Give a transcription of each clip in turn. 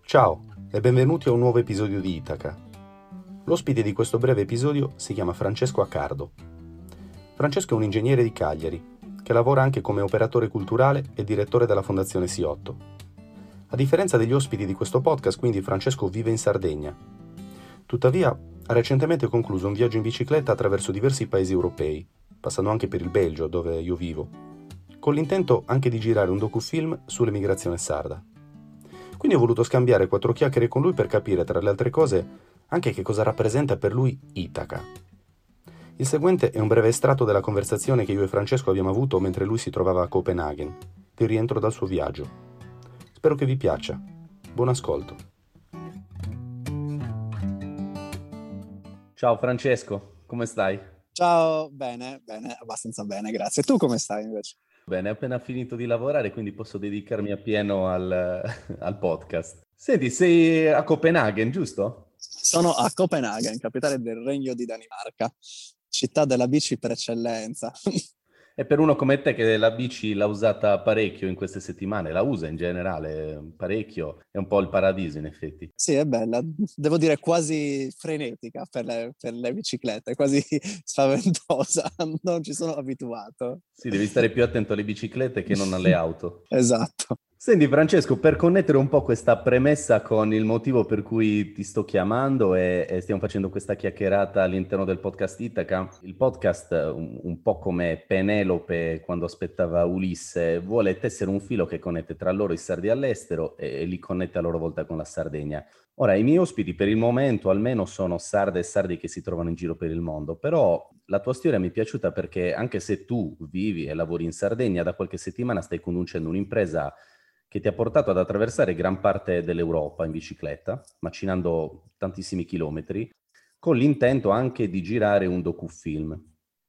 Ciao e benvenuti a un nuovo episodio di Itaca. L'ospite di questo breve episodio si chiama Francesco Accardo. Francesco è un ingegnere di Cagliari che lavora anche come operatore culturale e direttore della Fondazione S8. A differenza degli ospiti di questo podcast, quindi, Francesco vive in Sardegna. Tuttavia, ha recentemente concluso un viaggio in bicicletta attraverso diversi paesi europei, passando anche per il Belgio, dove io vivo, con l'intento anche di girare un docufilm sull'emigrazione sarda. Quindi ho voluto scambiare 4 chiacchiere con lui per capire, tra le altre cose, anche che cosa rappresenta per lui Itaca. Il seguente è un breve estratto della conversazione che io e Francesco abbiamo avuto mentre lui si trovava a Copenaghen, di rientro dal suo viaggio. Spero che vi piaccia. Buon ascolto. Ciao Francesco, come stai? Ciao, bene, abbastanza bene, grazie. Tu come stai invece? Bene, ho appena finito di lavorare, quindi posso dedicarmi appieno al podcast. Senti, sei a Copenaghen, giusto? Sono a Copenaghen, capitale del Regno di Danimarca, città della bici per eccellenza. E per uno come te che la bici l'ha usata parecchio in queste settimane, la usa in generale parecchio, è un po' il paradiso in effetti. Sì, è bella, devo dire quasi frenetica per le biciclette, quasi spaventosa, non ci sono abituato. Sì, devi stare più attento alle biciclette che non alle auto. Esatto. Senti Francesco, per connettere un po' questa premessa con il motivo per cui ti sto chiamando e stiamo facendo questa chiacchierata all'interno del podcast Itaca, il podcast, un po' come Penelope quando aspettava Ulisse, vuole tessere un filo che connette tra loro i sardi all'estero e li connette a loro volta con la Sardegna. Ora, i miei ospiti per il momento almeno sono sarde e sardi che si trovano in giro per il mondo, però la tua storia mi è piaciuta perché anche se tu vivi e lavori in Sardegna, da qualche settimana stai conducendo un'impresa che ti ha portato ad attraversare gran parte dell'Europa in bicicletta, macinando tantissimi chilometri, con l'intento anche di girare un docufilm.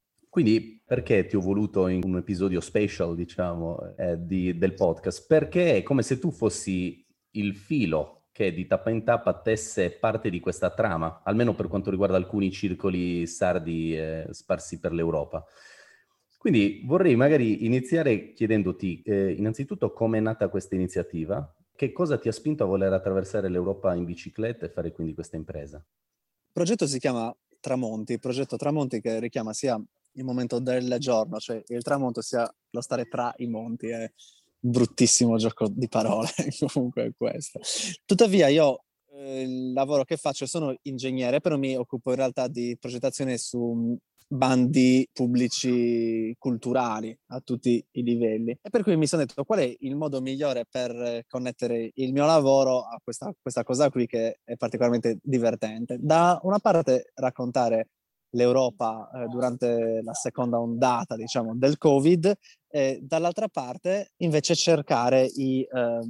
Quindi perché ti ho voluto in un episodio special, diciamo, del podcast? Perché è come se tu fossi il filo che di tappa in tappa tesse parte di questa trama, almeno per quanto riguarda alcuni circoli sardi sparsi per l'Europa. Quindi vorrei magari iniziare chiedendoti innanzitutto come è nata questa iniziativa, che cosa ti ha spinto a voler attraversare l'Europa in bicicletta e fare quindi questa impresa? Il progetto si chiama Tramonti, progetto Tramonti che richiama sia il momento del giorno, cioè il tramonto sia lo stare tra i monti, è un bruttissimo gioco di parole, comunque è questo. Tuttavia io il lavoro che faccio, sono ingegnere, però mi occupo in realtà di progettazione su bandi pubblici culturali a tutti i livelli. E per cui mi sono detto qual è il modo migliore per connettere il mio lavoro a questa cosa qui che è particolarmente divertente. Da una parte raccontare l'Europa durante la seconda ondata, diciamo, del Covid, e dall'altra parte invece cercare i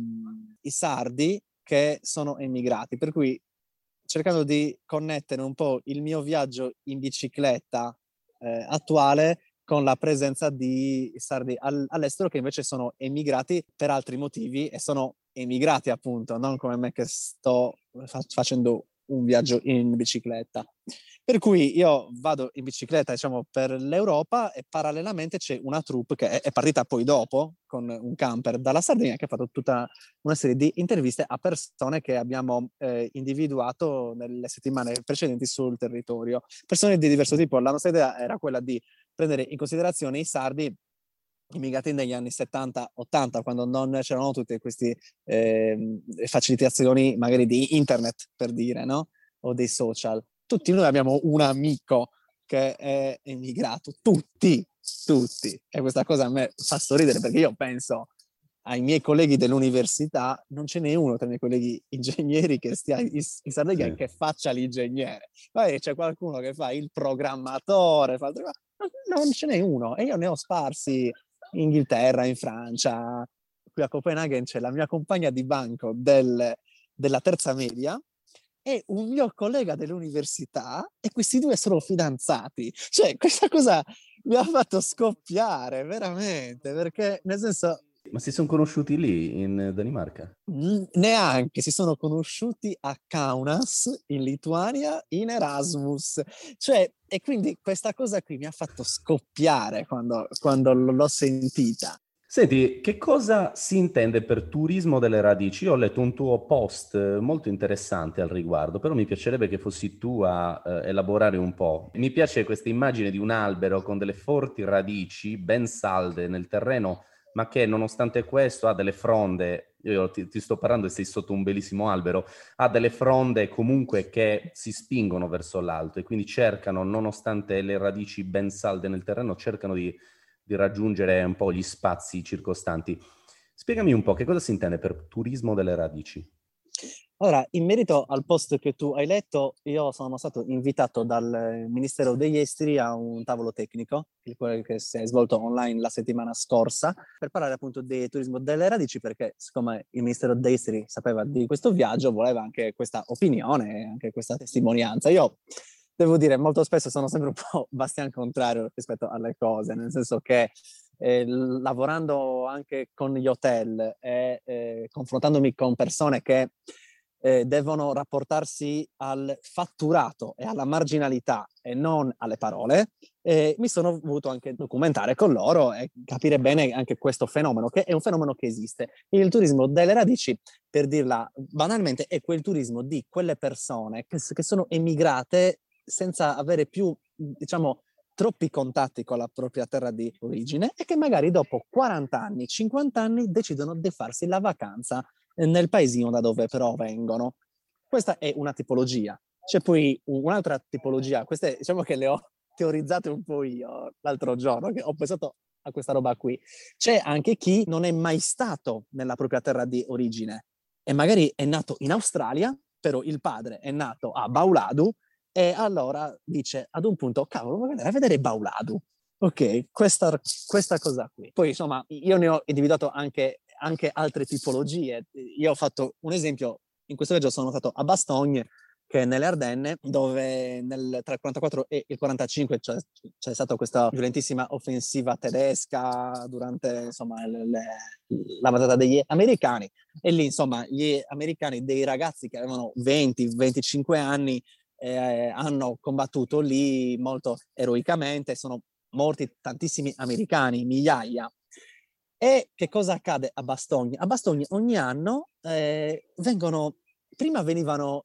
sardi che sono emigrati, per cui cercando di connettere un po' il mio viaggio in bicicletta attuale con la presenza di sardi all'estero che invece sono emigrati per altri motivi e sono emigrati appunto, non come me che sto facendo un viaggio in bicicletta. Per cui io vado in bicicletta, diciamo, per l'Europa e parallelamente c'è una troupe che è partita poi dopo con un camper dalla Sardegna che ha fatto tutta una serie di interviste a persone che abbiamo individuato nelle settimane precedenti sul territorio. Persone di diverso tipo. La nostra idea era quella di prendere in considerazione i sardi immigrati negli anni 70-80, quando non c'erano tutte queste facilitazioni magari di internet, per dire, no? O dei social. Tutti noi abbiamo un amico che è emigrato, tutti. E questa cosa a me fa sorridere perché io penso ai miei colleghi dell'università, non ce n'è uno tra i miei colleghi ingegneri che stia in Sardegna e che faccia l'ingegnere. Poi c'è qualcuno che fa il programmatore, non ce n'è uno. E io ne ho sparsi in Inghilterra, in Francia. Qui a Copenaghen c'è la mia compagna di banco della terza media e un mio collega dell'università, e questi due sono fidanzati. Cioè, questa cosa mi ha fatto scoppiare, veramente, perché, nel senso... Ma si sono conosciuti lì, in Danimarca? Neanche, si sono conosciuti a Kaunas, in Lituania, in Erasmus. Cioè, e quindi questa cosa qui mi ha fatto scoppiare quando l'ho sentita. Senti, che cosa si intende per turismo delle radici? Io ho letto un tuo post molto interessante al riguardo, però mi piacerebbe che fossi tu a elaborare un po'. Mi piace questa immagine di un albero con delle forti radici ben salde nel terreno, ma che nonostante questo ha delle fronde. Io ti sto parlando e sei sotto un bellissimo albero, ha delle fronde comunque che si spingono verso l'alto e quindi cercano, nonostante le radici ben salde nel terreno, cercano di raggiungere un po' gli spazi circostanti. Spiegami un po' che cosa si intende per turismo delle radici. Allora, in merito al post che tu hai letto, io sono stato invitato dal Ministero degli Esteri a un tavolo tecnico, che si è svolto online la settimana scorsa, per parlare appunto di turismo delle radici, perché siccome il Ministero degli Esteri sapeva di questo viaggio, voleva anche questa opinione, anche questa testimonianza. Io devo dire, molto spesso sono sempre un po' bastian contrario rispetto alle cose, nel senso che lavorando anche con gli hotel e confrontandomi con persone che devono rapportarsi al fatturato e alla marginalità e non alle parole, mi sono voluto anche documentare con loro e capire bene anche questo fenomeno, che è un fenomeno che esiste. Il turismo delle radici, per dirla banalmente, è quel turismo di quelle persone che sono emigrate senza avere più, diciamo, troppi contatti con la propria terra di origine e che magari dopo 40 anni, 50 anni decidono di farsi la vacanza nel paesino da dove però vengono. Questa è una tipologia. C'è poi un'altra tipologia, queste diciamo che le ho teorizzate un po' io l'altro giorno, che ho pensato a questa roba qui. C'è anche chi non è mai stato nella propria terra di origine e magari è nato in Australia, però il padre è nato a Bauladu e allora dice ad un punto, cavolo, voglio andare a vedere Bauladu. Ok, questa cosa qui. Poi insomma, io ne ho individuato anche altre tipologie. Io ho fatto un esempio, in questo viaggio sono stato a Bastogne, che è nelle Ardenne, dove tra il 44 e il 45 c'è stata questa violentissima offensiva tedesca durante insomma, la battuta degli americani. E lì, insomma, gli americani, dei ragazzi che avevano 20-25 anni, hanno combattuto lì molto eroicamente, sono morti tantissimi americani, migliaia. E che cosa accade a Bastogne? A Bastogne ogni anno prima venivano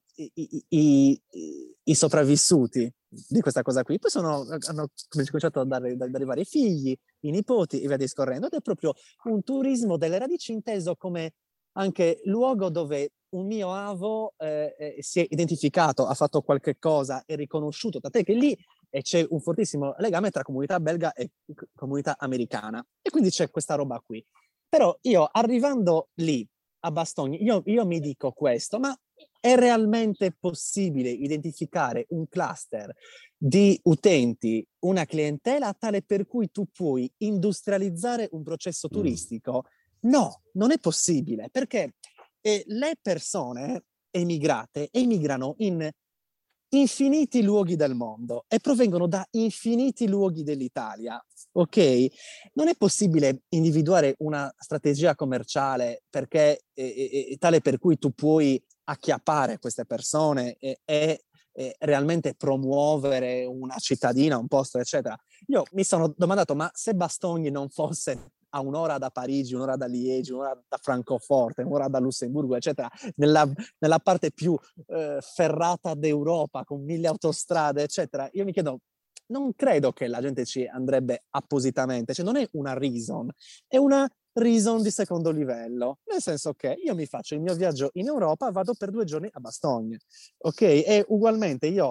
i sopravvissuti di questa cosa qui, poi hanno cominciato ad arrivare i figli, i nipoti e via discorrendo, ed è proprio un turismo delle radici inteso come anche luogo dove un mio avo si è identificato, ha fatto qualche cosa, è riconosciuto, tant'è che lì c'è un fortissimo legame tra comunità belga e comunità americana. E quindi c'è questa roba qui. Però io, arrivando lì, a Bastogne, io mi dico questo, ma è realmente possibile identificare un cluster di utenti, una clientela tale per cui tu puoi industrializzare un processo turistico? No, non è possibile, perché le persone emigrate emigrano in infiniti luoghi del mondo e provengono da infiniti luoghi dell'Italia, ok? Non è possibile individuare una strategia commerciale perché tale per cui tu puoi acchiappare queste persone e realmente promuovere una cittadina, un posto, eccetera. Io mi sono domandato, ma se Bastogne non fosse a un'ora da Parigi, un'ora da Liegi, un'ora da Francoforte, un'ora da Lussemburgo, eccetera, nella parte più ferrata d'Europa, con 1000 autostrade, eccetera, io mi chiedo, non credo che la gente ci andrebbe appositamente, cioè non è una reason, è una reason di secondo livello, nel senso che io mi faccio il mio viaggio in Europa, vado per 2 giorni a Bastogne, ok? E ugualmente io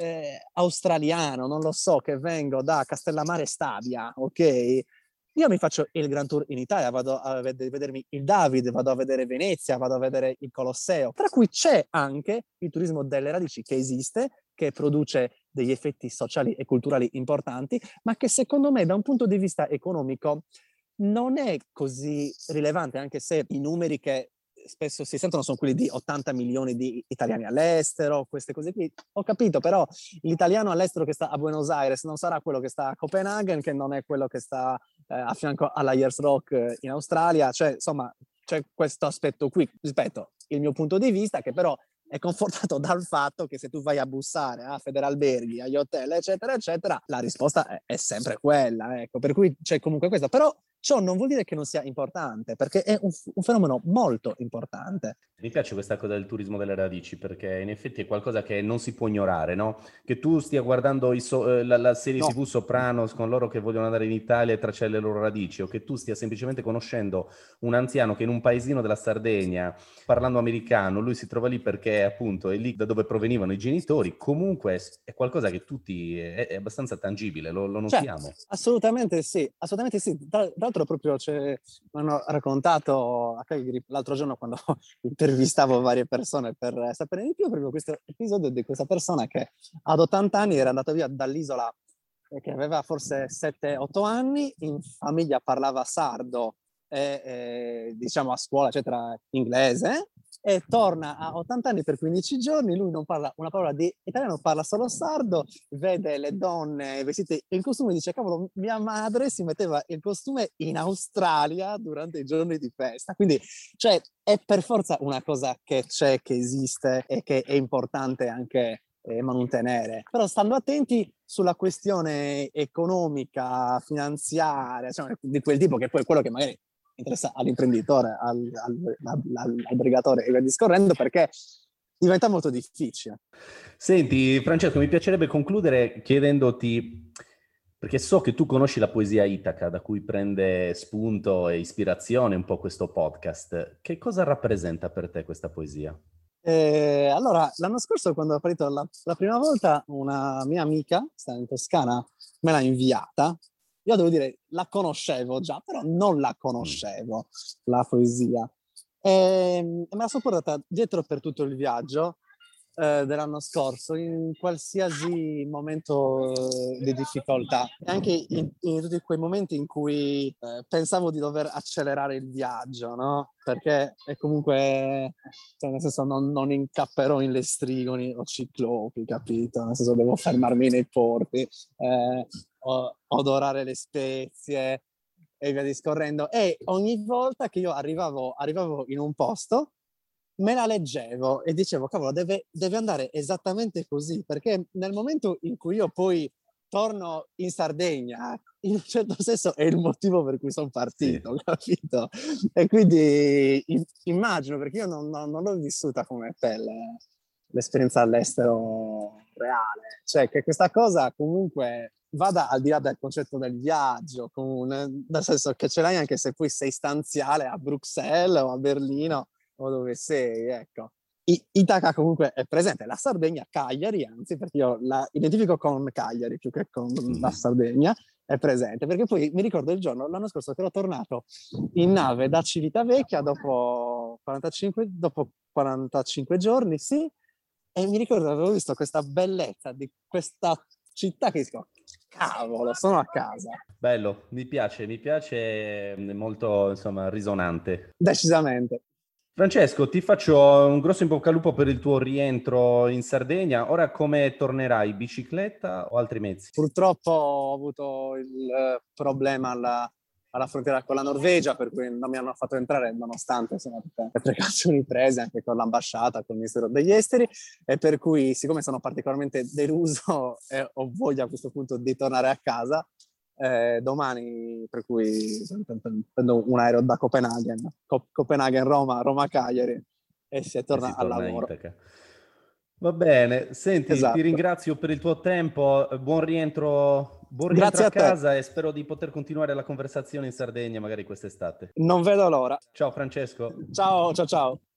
australiano, non lo so, che vengo da Castellammare Stabia, ok? Io mi faccio il Grand Tour in Italia, vado a vedermi il David, vado a vedere Venezia, vado a vedere il Colosseo, tra cui c'è anche il turismo delle radici che esiste, che produce degli effetti sociali e culturali importanti, ma che secondo me da un punto di vista economico non è così rilevante, anche se i numeri che spesso si sentono sono quelli di 80 milioni di italiani all'estero, queste cose qui. Ho capito, però l'italiano all'estero che sta a Buenos Aires non sarà quello che sta a Copenaghen, che non è quello che sta a fianco alla Ayers Rock in Australia. Cioè, insomma, c'è questo aspetto qui. Rispetto, il mio punto di vista, che però è confortato dal fatto che se tu vai a bussare a Federalberghi, agli hotel, eccetera, eccetera, la risposta è sempre quella. Ecco, per cui c'è comunque questo. Però ciò non vuol dire che non sia importante, perché è un fenomeno molto importante. Mi piace questa cosa del turismo delle radici, perché in effetti è qualcosa che non si può ignorare, no? Che tu stia guardando la serie No, TV Sopranos con loro che vogliono andare in Italia e tracciare le loro radici, o che tu stia semplicemente conoscendo un anziano che in un paesino della Sardegna, parlando americano, lui si trova lì perché appunto è lì da dove provenivano i genitori, comunque è qualcosa che tutti è abbastanza tangibile, lo cioè, notiamo. assolutamente sì, assolutamente sì. Tra l'altro proprio mi hanno raccontato a Cagliari l'altro giorno quando intervistavo varie persone per sapere di più, proprio questo episodio di questa persona che ad 80 anni era andata via dall'isola, che aveva forse 7-8 anni, in famiglia parlava sardo e diciamo a scuola eccetera inglese, e torna a 80 anni per 15 giorni, lui non parla una parola di italiano, parla solo sardo, vede le donne vestite in costume e dice cavolo, mia madre si metteva il costume in Australia durante i giorni di festa. Quindi cioè è per forza una cosa che c'è, che esiste e che è importante anche mantenere. Però stando attenti sulla questione economica, finanziaria, cioè, di quel tipo, che poi è quello che magari interessa all'imprenditore, al brigatore e via discorrendo, perché diventa molto difficile. Senti, Francesco, mi piacerebbe concludere chiedendoti, perché so che tu conosci la poesia Itaca, da cui prende spunto e ispirazione un po' questo podcast. Che cosa rappresenta per te questa poesia? Allora, l'anno scorso, quando ho partito la prima volta, una mia amica, sta in Toscana, me l'ha inviata. Io devo dire, la conoscevo già, però non la conoscevo, la poesia. E me la sono portata dietro per tutto il viaggio dell'anno scorso, in qualsiasi momento di difficoltà, e anche in tutti quei momenti in cui pensavo di dover accelerare il viaggio, no? Perché è comunque, cioè, nel senso, non incapperò in lestrigoni o ciclopi, capito? Nel senso, devo fermarmi nei porti, odorare le spezie e via discorrendo. E ogni volta che io arrivavo in un posto, me la leggevo e dicevo, cavolo, deve andare esattamente così, perché nel momento in cui io poi torno in Sardegna, in un certo senso è il motivo per cui sono partito, Sì. capito? E quindi immagino, perché io non l'ho vissuta come te l'esperienza all'estero reale, cioè che questa cosa comunque vada al di là del concetto del viaggio, nel senso che ce l'hai anche se poi sei stanziale a Bruxelles o a Berlino o dove sei, ecco. Itaca comunque è presente, la Sardegna, Cagliari, anzi, perché io la identifico con Cagliari più che con la Sardegna, è presente, perché poi mi ricordo il giorno, l'anno scorso, che ero tornato in nave da Civitavecchia dopo 45 giorni, sì, e mi ricordo che avevo visto questa bellezza di questa città che dico, cavolo, sono a casa. Bello, mi piace, è molto, insomma, risonante. Decisamente. Francesco, ti faccio un grosso in bocca al lupo per il tuo rientro in Sardegna. Ora come tornerai? Bicicletta o altri mezzi? Purtroppo ho avuto il problema alla frontiera con la Norvegia, per cui non mi hanno fatto entrare, nonostante insomma, tutte le precauzioni prese anche con l'ambasciata, con il Ministero degli Esteri, e per cui, siccome sono particolarmente deluso e ho voglia a questo punto di tornare a casa, domani, per cui prendo un aereo da Copenaghen, Copenaghen-Roma, Roma-Cagliari, e si E torna si al torna a lavoro. Itaca. Va bene, senti, ti Esatto. ringrazio per il tuo tempo, buon rientro Grazie a a te, casa e spero di poter continuare la conversazione in Sardegna magari quest'estate. non vedo l'ora. Ciao Francesco. Ciao, ciao, ciao.